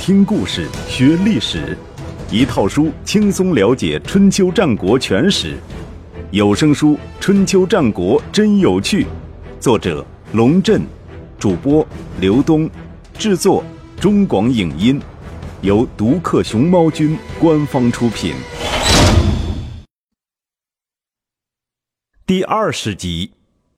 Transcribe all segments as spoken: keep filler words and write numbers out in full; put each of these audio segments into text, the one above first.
听故事学历史，一套书轻松了解春秋战国全史。有声书《春秋战国真有趣》，作者龙震，主播刘东，制作中广影音，由独克熊猫君官方出品。第二十集，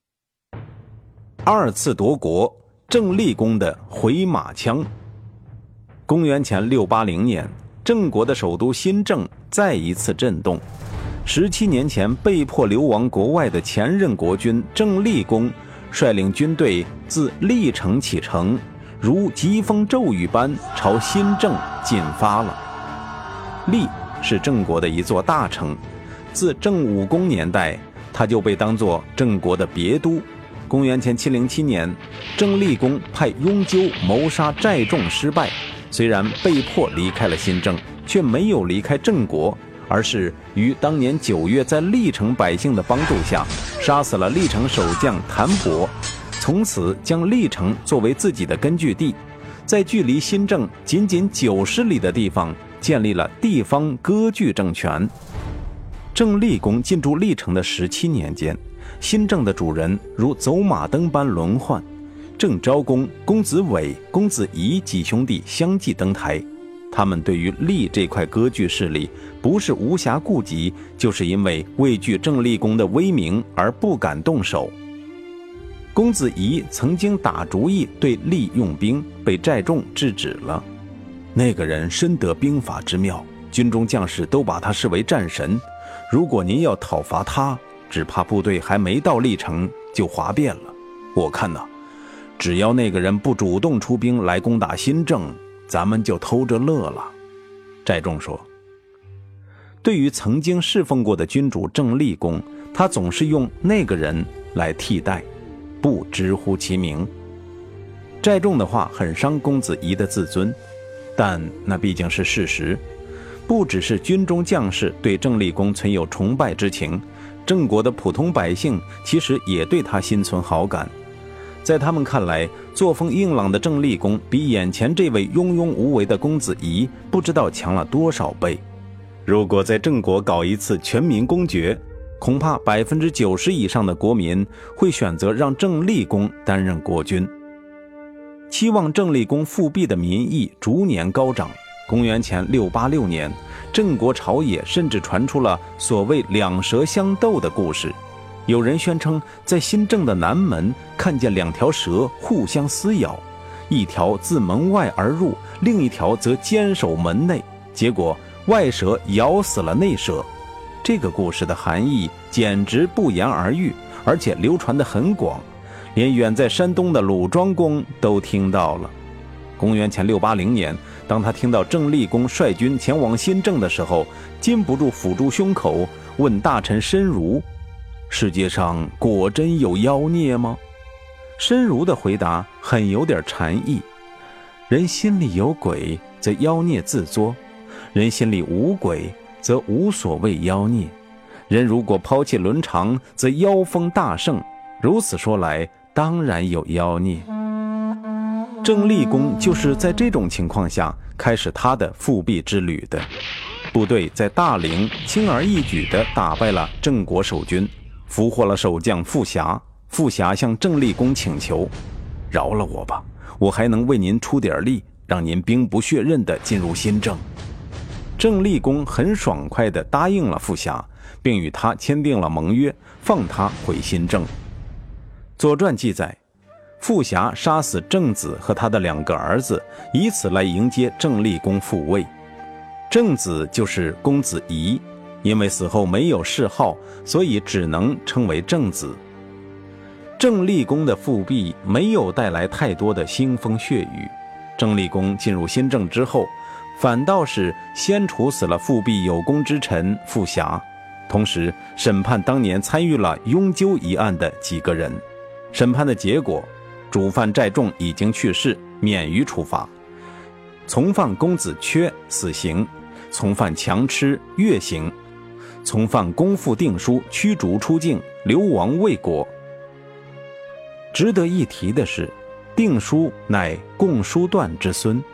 二次夺国，郑立功的回马枪。公元前六八零年，郑国的首都新郑再一次震动。十七年前被迫流亡国外的前任国君郑立功率领军队自历城启程，如疾风骤雨般朝新郑进发了。历是郑国的一座大城，自郑武公年代，它就被当作郑国的别都。公元前七零七年，郑立功派雍纠谋杀寨众失败，虽然被迫离开了新郑，却没有离开郑国，而是于当年九月在历城百姓的帮助下，杀死了历城守将谭伯，从此将历城作为自己的根据地，在距离新郑仅仅九十里的地方建立了地方割据政权。郑立功进驻历城的十七年间，新郑的主人如走马灯般轮换，郑昭公、公子伟、公子仪几兄弟相继登台。他们对于历这块割据势力，不是无暇顾及，就是因为畏惧郑立功的威名而不敢动手。公子仪曾经打主意对历用兵，被寨众制止了。那个人深得兵法之妙，军中将士都把他视为战神，如果您要讨伐他，只怕部队还没到历城就哗变了。我看呐，只要那个人不主动出兵来攻打新郑，咱们就偷着乐了。寨众说。对于曾经侍奉过的君主郑立功，他总是用那个人来替代，不直呼其名。寨众的话很伤公子仪的自尊，但那毕竟是事实。不只是军中将士对郑立功存有崇拜之情，郑国的普通百姓其实也对他心存好感。在他们看来，作风硬朗的郑立功比眼前这位庸庸无为的公子仪不知道强了多少倍。如果在郑国搞一次全民公决，恐怕百分之九十以上的国民会选择让郑立功担任国君。期望郑立功复辟的民意逐年高涨。公元前六八六年，郑国朝野甚至传出了所谓两蛇相斗的故事。有人宣称在新郑的南门看见两条蛇互相撕咬，一条自门外而入，另一条则坚守门内，结果外蛇咬死了内蛇。这个故事的含义简直不言而喻，而且流传得很广，连远在山东的鲁庄公都听到了。公元前六八零年，当他听到郑立功率军前往新郑的时候，禁不住抚住胸口，问大臣申如：世界上果真有妖孽吗？申如的回答很有点禅意：人心里有鬼，则妖孽自作；人心里无鬼，则无所谓妖孽。人如果抛弃伦常，则妖风大盛。如此说来，当然有妖孽。郑立功就是在这种情况下开始他的复辟之旅的。部队在大陵轻而易举地打败了郑国守军，俘获了守将傅霞。傅霞向郑立功请求：饶了我吧，我还能为您出点力，让您兵不血刃地进入新郑。郑立功很爽快地答应了傅霞，并与他签订了盟约，放他回新郑。左传记载，傅霞杀死郑子和他的两个儿子，以此来迎接郑立功复位。郑子就是公子仪，因为死后没有谥号，所以只能称为郑子。郑立功的复辟没有带来太多的腥风血雨。郑立功进入新郑之后，反倒是先处死了复辟有功之臣傅霞，同时审判当年参与了雍纠一案的几个人。审判的结果，主犯寨众已经去世，免于处罚；从犯公子缺死刑，从犯强吃月刑，从犯公父定书驱逐出境，流亡魏国。值得一提的是，定书乃共叔段之孙，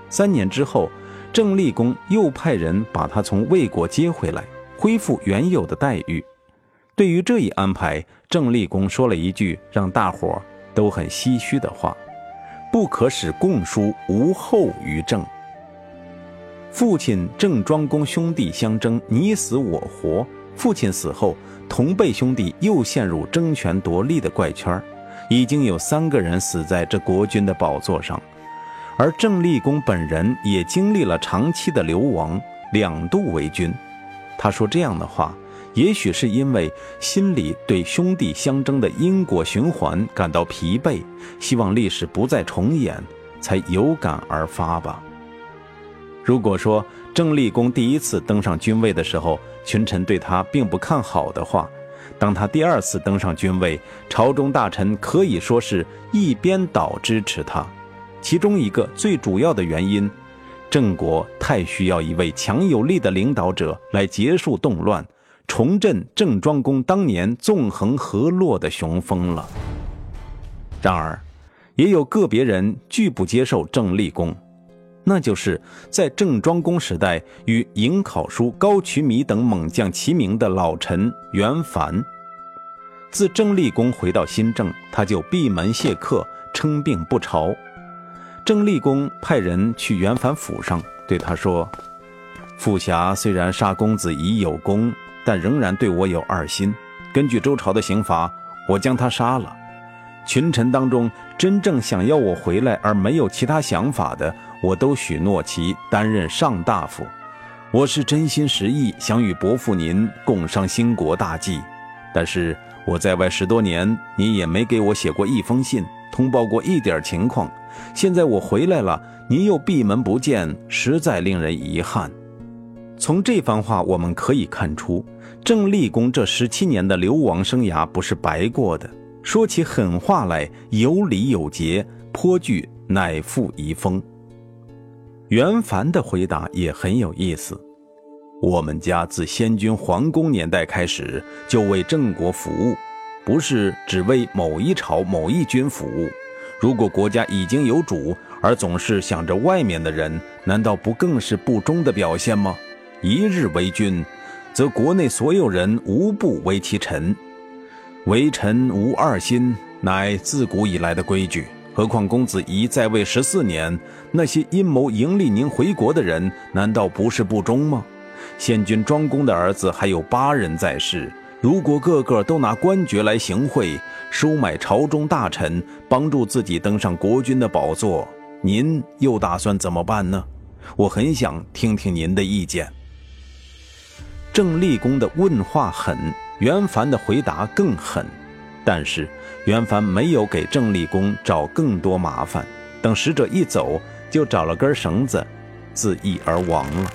三年之后，郑立功又派人把他从魏国接回来，恢复原有的待遇。对于这一安排，郑立功说了一句让大伙都很唏嘘的话：不可使共叔无后于郑。父亲郑庄公兄弟相争，你死我活，父亲死后，同辈兄弟又陷入争权夺利的怪圈，已经有三个人死在这国君的宝座上。而郑立功本人也经历了长期的流亡，两度为君。他说这样的话，也许是因为心里对兄弟相争的因果循环感到疲惫，希望历史不再重演，才有感而发吧。如果说郑立功第一次登上君位的时候，群臣对他并不看好的话，当他第二次登上君位，朝中大臣可以说是一边倒支持他。其中一个最主要的原因，郑国太需要一位强有力的领导者来结束动乱，重振郑庄公当年纵横河洛的雄风了。然而，也有个别人拒不接受郑立功，那就是在郑庄公时代与颍考叔、高渠弥等猛将齐名的老臣袁凡。自郑立功回到新郑，他就闭门谢客，称病不朝。郑立功派人去袁凡府上，对他说：傅侠虽然杀公子已有功，但仍然对我有二心。根据周朝的刑罚，我将他杀了。群臣当中真正想要我回来而没有其他想法的，我都许诺其担任上大夫。我是真心实意想与伯父您共商兴国大计，但是我在外十多年，你也没给我写过一封信，通报过一点情况。现在我回来了，您又闭门不见，实在令人遗憾。从这番话我们可以看出，郑立功这十七年的流亡生涯不是白过的，说起狠话来有理有节，颇具乃父遗风。袁凡的回答也很有意思：我们家自先君桓公年代开始就为郑国服务，不是只为某一朝某一君服务。如果国家已经有主，而总是想着外面的人，难道不更是不忠的表现吗？一日为君，则国内所有人无不为其臣。为臣无二心，乃自古以来的规矩。何况公子仪在位十四年，那些阴谋迎立您回国的人，难道不是不忠吗？先君庄公的儿子还有八人在世，如果个个都拿官爵来行贿，收买朝中大臣，帮助自己登上国君的宝座，您又打算怎么办呢？我很想听听您的意见。郑立功的问话狠，袁凡的回答更狠，但是袁凡没有给郑立功找更多麻烦，等使者一走，就找了根绳子，自缢而亡了。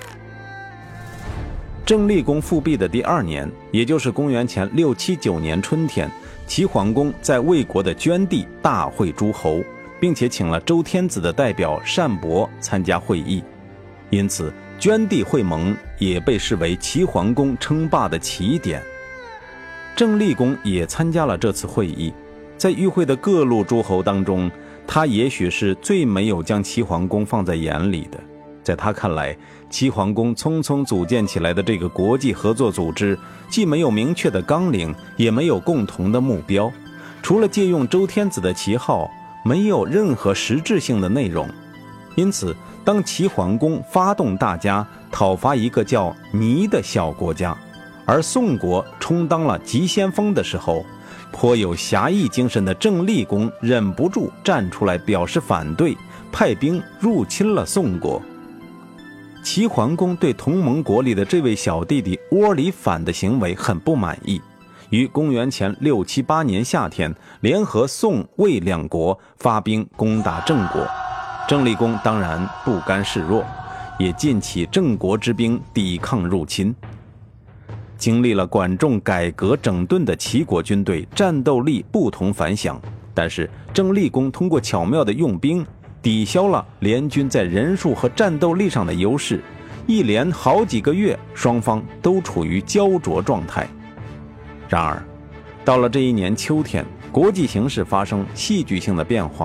郑立功复辟的第二年，也就是公元前六七九年春天，齐桓公在魏国的捐地大会诸侯，并且请了周天子的代表单伯参加会议，因此捐地会盟也被视为齐桓公称霸的起点。郑立功也参加了这次会议，在与会的各路诸侯当中，他也许是最没有将齐桓公放在眼里的。在他看来，齐桓公匆匆组建起来的这个国际合作组织，既没有明确的纲领，也没有共同的目标，除了借用周天子的旗号，没有任何实质性的内容。因此，当齐桓公发动大家讨伐一个叫倪的小国家，而宋国充当了急先锋的时候，颇有侠义精神的郑立功忍不住站出来表示反对，派兵入侵了宋国。齐桓公对同盟国里的这位小弟弟窝里反的行为很不满意，于公元前六七八年夏天，联合宋魏两国发兵攻打郑国。郑立功当然不甘示弱，也尽起郑国之兵抵抗入侵。经历了管仲改革整顿的齐国军队战斗力不同凡响，但是郑立功通过巧妙的用兵，抵消了联军在人数和战斗力上的优势，一连好几个月，双方都处于焦灼状态。然而，到了这一年秋天，国际形势发生戏剧性的变化，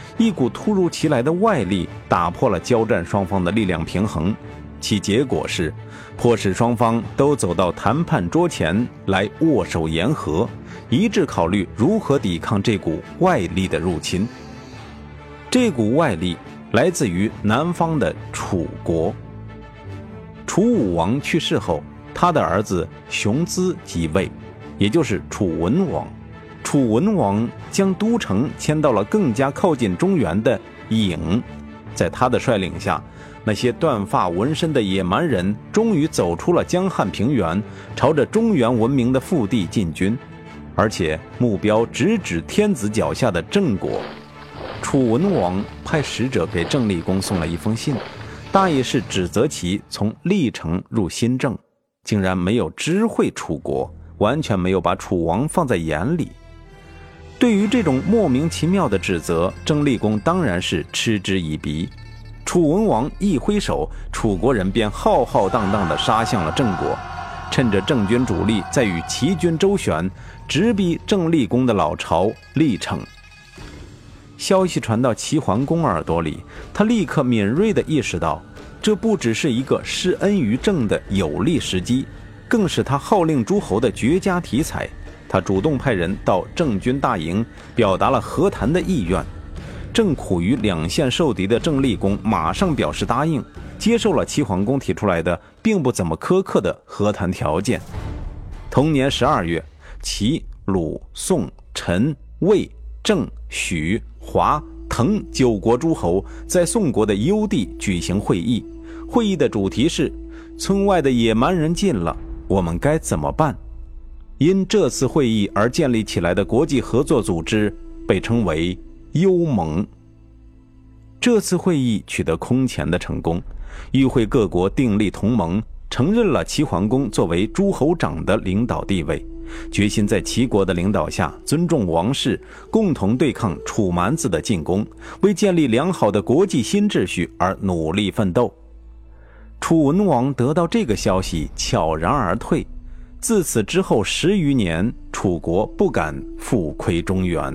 一股突如其来的外力打破了交战双方的力量平衡，其结果是迫使双方都走到谈判桌前来握手言和，一致考虑如何抵抗这股外力的入侵。这股外力来自于南方的楚国。楚武王去世后，他的儿子熊姿即位，也就是楚文王。楚文王将都城迁到了更加靠近中原的郢，在他的率领下，那些断发纹身的野蛮人终于走出了江汉平原，朝着中原文明的腹地进军，而且目标直指天子脚下的郑国。楚文王派使者给郑立公送了一封信，大意是指责其从历城入新郑，竟然没有知会楚国，完全没有把楚王放在眼里。对于这种莫名其妙的指责，郑立公当然是嗤之以鼻。楚文王一挥手，楚国人便浩浩荡荡地杀向了郑国，趁着郑军主力在与齐军周旋，直逼郑立公的老巢历城。消息传到齐桓公耳朵里，他立刻敏锐地意识到，这不只是一个施恩于郑的有利时机，更是他号令诸侯的绝佳题材。他主动派人到郑军大营，表达了和谈的意愿。正苦于两线受敌的郑立公马上表示答应，接受了齐桓公提出来的并不怎么苛刻的和谈条件。同年十二月，齐、鲁、宋、陈、魏、郑、许、华、滕九国诸侯在宋国的幽地举行会议。会议的主题是：村外的野蛮人进了，我们该怎么办？因这次会议而建立起来的国际合作组织被称为幽盟。这次会议取得空前的成功，与会各国订立同盟，承认了齐桓公作为诸侯长的领导地位，决心在齐国的领导下尊重王室，共同对抗楚蛮子的进攻，为建立良好的国际新秩序而努力奋斗。楚文王得到这个消息，悄然而退。自此之后十余年，楚国不敢复窥中原。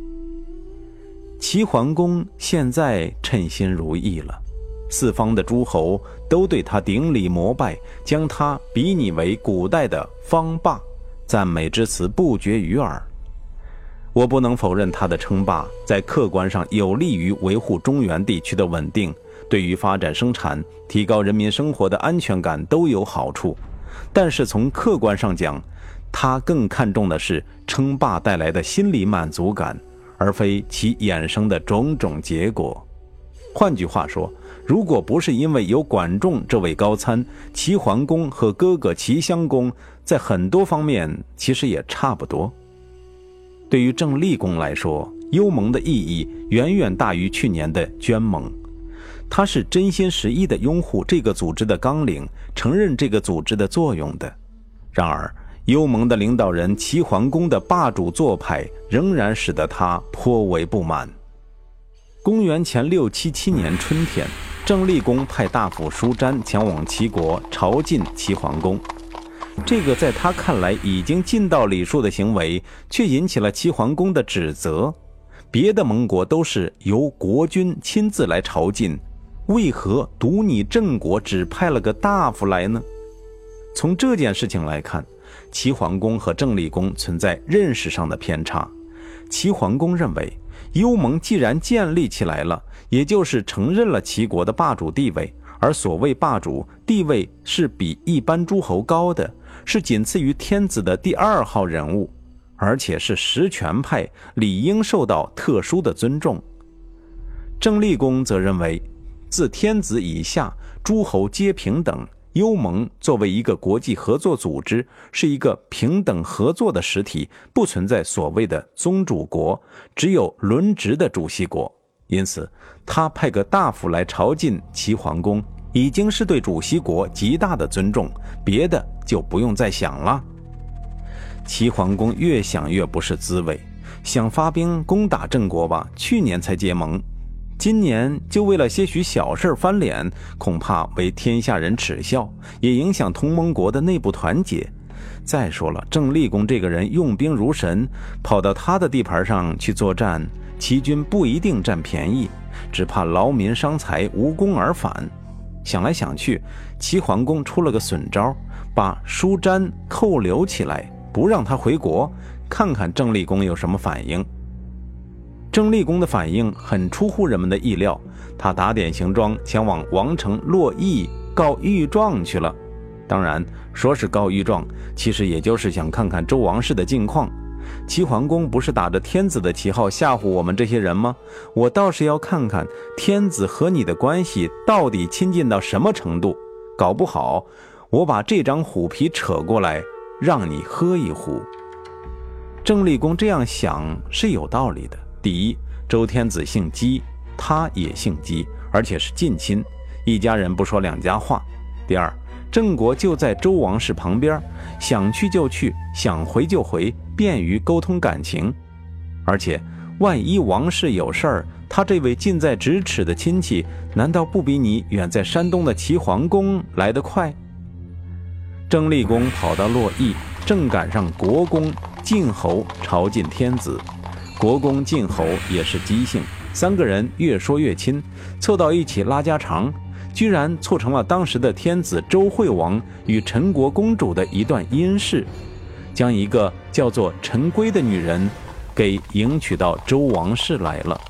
齐桓公现在称心如意了，四方的诸侯都对他顶礼膜拜，将他比拟为古代的方霸，赞美之词不绝于耳。我不能否认他的称霸在客观上有利于维护中原地区的稳定，对于发展生产、提高人民生活的安全感都有好处。但是从客观上讲，他更看重的是称霸带来的心理满足感，而非其衍生的种种结果。换句话说，如果不是因为有管仲这位高参，齐桓公和哥哥齐襄公在很多方面其实也差不多。对于郑立公来说，幽盟的意义远远大于去年的捐盟。他是真心实意地拥护这个组织的纲领，承认这个组织的作用的。然而幽盟的领导人齐桓公的霸主做派仍然使得他颇为不满。公元前六七七年春天，郑立公派大夫叔詹前往齐国朝觐齐桓公。这个在他看来已经尽到礼数的行为，却引起了齐桓公的指责。别的盟国都是由国君亲自来朝觐，为何独你郑国只派了个大夫来呢？从这件事情来看，齐桓公和郑立公存在认识上的偏差。齐桓公认为，幽盟既然建立起来了，也就是承认了齐国的霸主地位，而所谓霸主地位是比一般诸侯高的，是仅次于天子的第二号人物，而且是实权派，理应受到特殊的尊重。郑立公则认为，自天子以下，诸侯皆平等，幽盟作为一个国际合作组织，是一个平等合作的实体，不存在所谓的宗主国，只有轮值的主席国。因此他派个大夫来朝觐齐桓公，已经是对主席国极大的尊重，别的就不用再想了。齐桓公越想越不是滋味，想发兵攻打郑国吧，去年才结盟，今年就为了些许小事翻脸，恐怕为天下人耻笑，也影响同盟国的内部团结。再说了，郑立公这个人用兵如神，跑到他的地盘上去作战， 齐军不一定占便宜，只怕劳民伤财，无功而返。想来想去，齐桓公出了个损招，把舒詹扣留起来，不让他回国，看看郑立公有什么反应。郑立公的反应很出乎人们的意料，他打点行装前往王城洛邑告御状去了。当然，说是告御状，其实也就是想看看周王室的近况。齐桓公不是打着天子的旗号吓唬我们这些人吗？我倒是要看看天子和你的关系到底亲近到什么程度，搞不好我把这张虎皮扯过来让你喝一壶。郑立公这样想是有道理的。第一，周天子姓姬，他也姓姬，而且是近亲，一家人不说两家话。第二，郑国就在周王室旁边，想去就去，想回就回，便于沟通感情。而且万一王室有事儿，他这位近在咫尺的亲戚难道不比你远在山东的齐桓公来得快？郑立公跑到洛邑，正赶上国公晋侯朝觐天子。国公晋侯也是姬姓，三个人越说越亲，凑到一起拉家常，居然促成了当时的天子周惠王与陈国公主的一段姻事，将一个叫做陈规的女人给迎娶到周王室来了。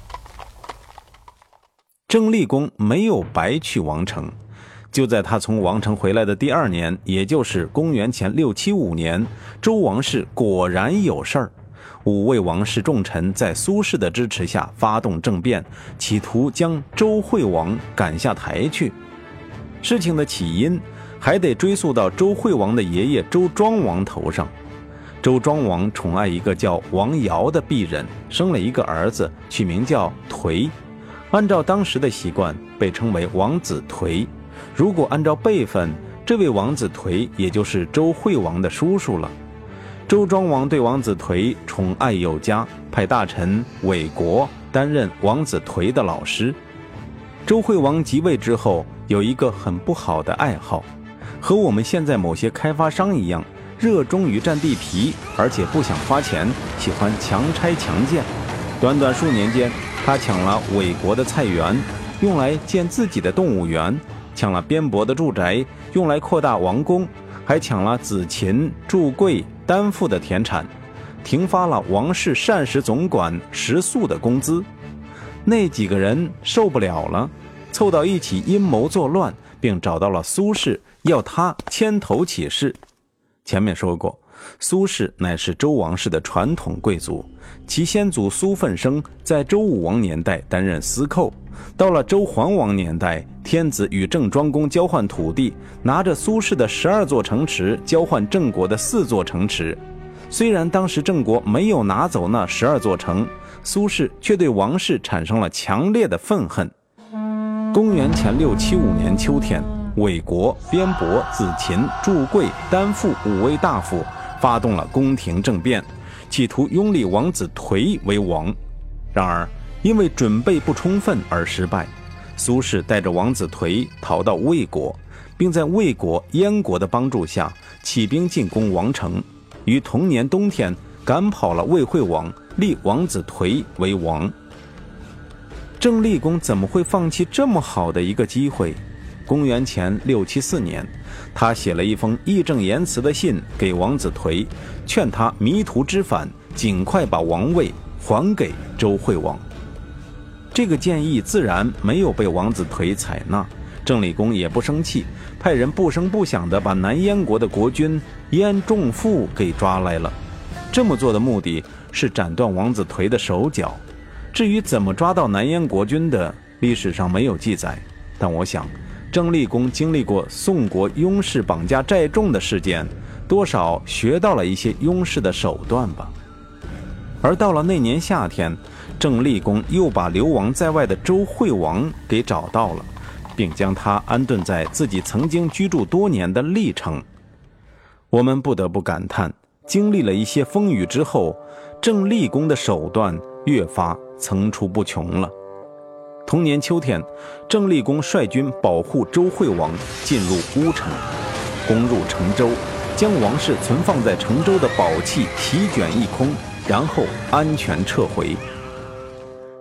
郑立公没有白去王城，就在他从王城回来的第二年，也就是公元前六七五年，周王室果然有事儿。五位王室重臣在苏轼的支持下发动政变，企图将周惠王赶下台去。事情的起因还得追溯到周惠王的爷爷周庄王头上。周庄王宠爱一个叫王尧的鄙人，生了一个儿子，取名叫颓。按照当时的习惯，被称为王子颓。如果按照辈分，这位王子颓也就是周惠王的叔叔了。周庄王对王子颓宠爱有加，派大臣韦国担任王子颓的老师。周惠王即位之后，有一个很不好的爱好，和我们现在某些开发商一样，热衷于占地皮，而且不想花钱，喜欢强拆强建。短短数年间，他抢了韦国的菜园，用来建自己的动物园，抢了边伯的住宅，用来扩大王宫，还抢了子禽、祝贵、丹父的田产，停发了王室膳食总管食宿的工资。那几个人受不了了，凑到一起阴谋作乱，并找到了苏轼，要他牵头起事。前面说过，苏轼乃是周王室的传统贵族，其先祖苏奋生在周武王年代担任司寇，到了周桓王年代，天子与郑庄公交换土地，拿着苏轼的十二座城池交换郑国的四座城池。虽然当时郑国没有拿走那十二座城，苏轼却对王室产生了强烈的愤恨。公元前六七五年秋天，韦国、边伯、子禽、祝贵、丹父五位大夫发动了宫廷政变，企图拥立王子颓为王。然而因为准备不充分而失败，苏轼带着王子颓逃到魏国，并在魏国、燕国的帮助下起兵进攻王城，于同年冬天赶跑了魏惠王，立王子颓为王。郑立公怎么会放弃这么好的一个机会？公元前六七四年，他写了一封义正言辞的信给王子颓，劝他迷途知返，尽快把王位还给周惠王。这个建议自然没有被王子颓采纳，郑立公也不生气，派人不声不响地把南燕国的国君燕仲父给抓来了。这么做的目的是斩断王子颓的手脚。至于怎么抓到南燕国君的，历史上没有记载，但我想郑立公经历过宋国雍氏绑架寨众的事件，多少学到了一些雍氏的手段吧。而到了那年夏天，郑立公又把流亡在外的周惠王给找到了，并将他安顿在自己曾经居住多年的历城。我们不得不感叹，经历了一些风雨之后，郑立公的手段越发层出不穷了。同年秋天，郑立公率军保护周惠王进入乌城，攻入成州，将王室存放在成州的宝器席卷一空，然后安全撤回。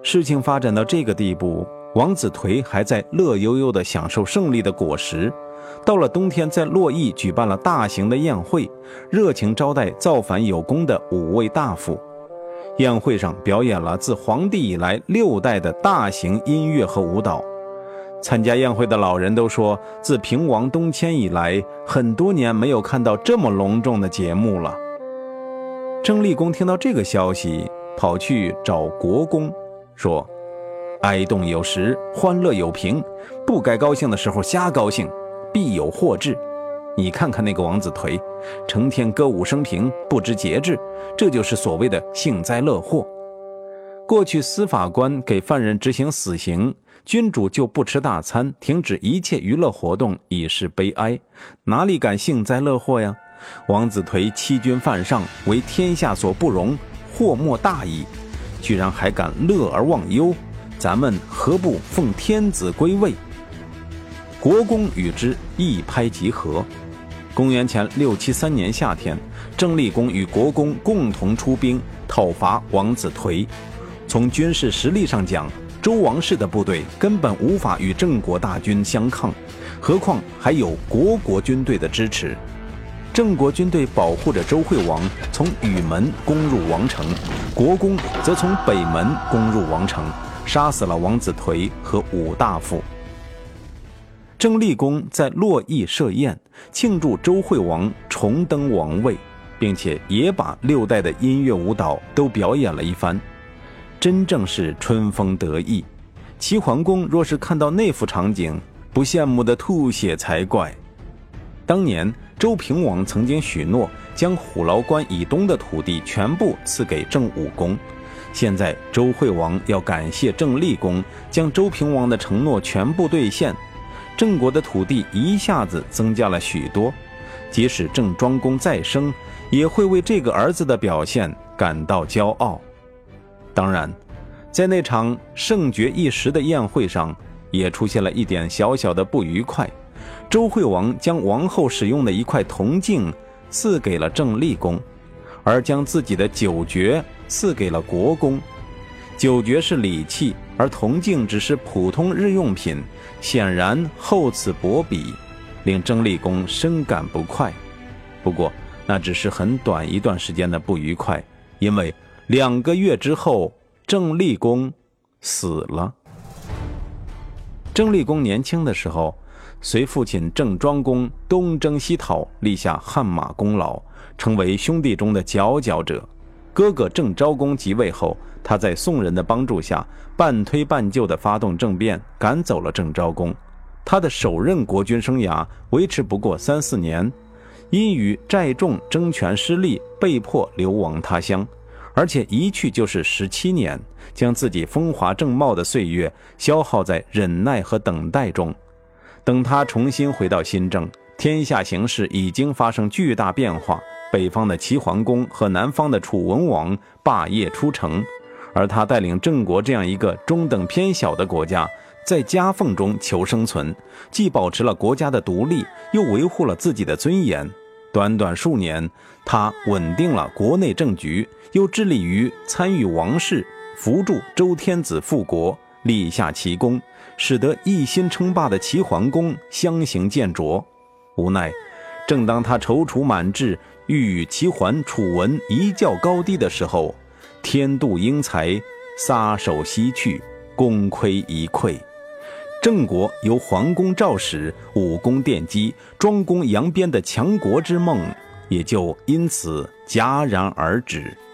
事情发展到这个地步，王子颓还在乐悠悠地享受胜利的果实。到了冬天，在洛邑举办了大型的宴会，热情招待造反有功的五位大夫。宴会上表演了自皇帝以来六代的大型音乐和舞蹈。参加宴会的老人都说，自平王东迁以来，很多年没有看到这么隆重的节目了。郑立功听到这个消息，跑去找国公，说：哀动有时，欢乐有凭，不该高兴的时候瞎高兴，必有祸至。你看看那个王子颓，成天歌舞升平，不知节制，这就是所谓的幸灾乐祸。过去司法官给犯人执行死刑，君主就不吃大餐，停止一切娱乐活动，以示悲哀，哪里敢幸灾乐祸呀？王子颓欺君犯上，为天下所不容，祸莫大矣，居然还敢乐而忘忧，咱们何不奉天子归位？国公与之一拍即合。公元前六七三年夏天，郑立功与国公共同出兵讨伐王子颓。从军事实力上讲，周王室的部队根本无法与郑国大军相抗，何况还有国国军队的支持。郑国军队保护着周惠王从雨门攻入王城，国公则从北门攻入王城，杀死了王子颓和五大夫。郑立功在洛邑设宴，庆祝周惠王重登王位，并且也把六代的音乐舞蹈都表演了一番，真正是春风得意。齐桓公若是看到那幅场景，不羡慕的吐血才怪。当年周平王曾经许诺将虎牢关以东的土地全部赐给郑武公，现在周惠王要感谢郑立功将周平王的承诺全部兑现，郑国的土地一下子增加了许多，即使郑庄公再生，也会为这个儿子的表现感到骄傲。当然，在那场盛绝一时的宴会上，也出现了一点小小的不愉快。周惠王将王后使用的一块铜镜赐给了郑立功，而将自己的酒爵赐给了国公。酒爵是礼器，而铜镜只是普通日用品，显然厚此薄彼，令郑立功深感不快。不过那只是很短一段时间的不愉快，因为两个月之后，郑立功死了。郑立功年轻的时候，随父亲郑庄公东征西讨，立下汗马功劳，成为兄弟中的佼佼者。哥哥郑昭公即位后，他在宋人的帮助下，半推半就地发动政变，赶走了郑昭公。他的首任国君生涯维持不过三四年，因与寨众争权失利，被迫流亡他乡，而且一去就是十七年，将自己风华正茂的岁月消耗在忍耐和等待中。等他重新回到新郑，天下形势已经发生巨大变化，北方的齐桓公和南方的楚文王霸业出城，而他带领郑国这样一个中等偏小的国家，在夹缝中求生存，既保持了国家的独立，又维护了自己的尊严。短短数年，他稳定了国内政局，又致力于参与王室，扶助周天子复国，立下奇功，使得一心称霸的齐桓公相形见拙。无奈正当他踌躇满志，欲与齐桓、楚文一较高低的时候，天妒英才，撒手西去，功亏一篑。郑国由桓公赵始、武公奠基、庄公扬鞭的强国之梦，也就因此戛然而止。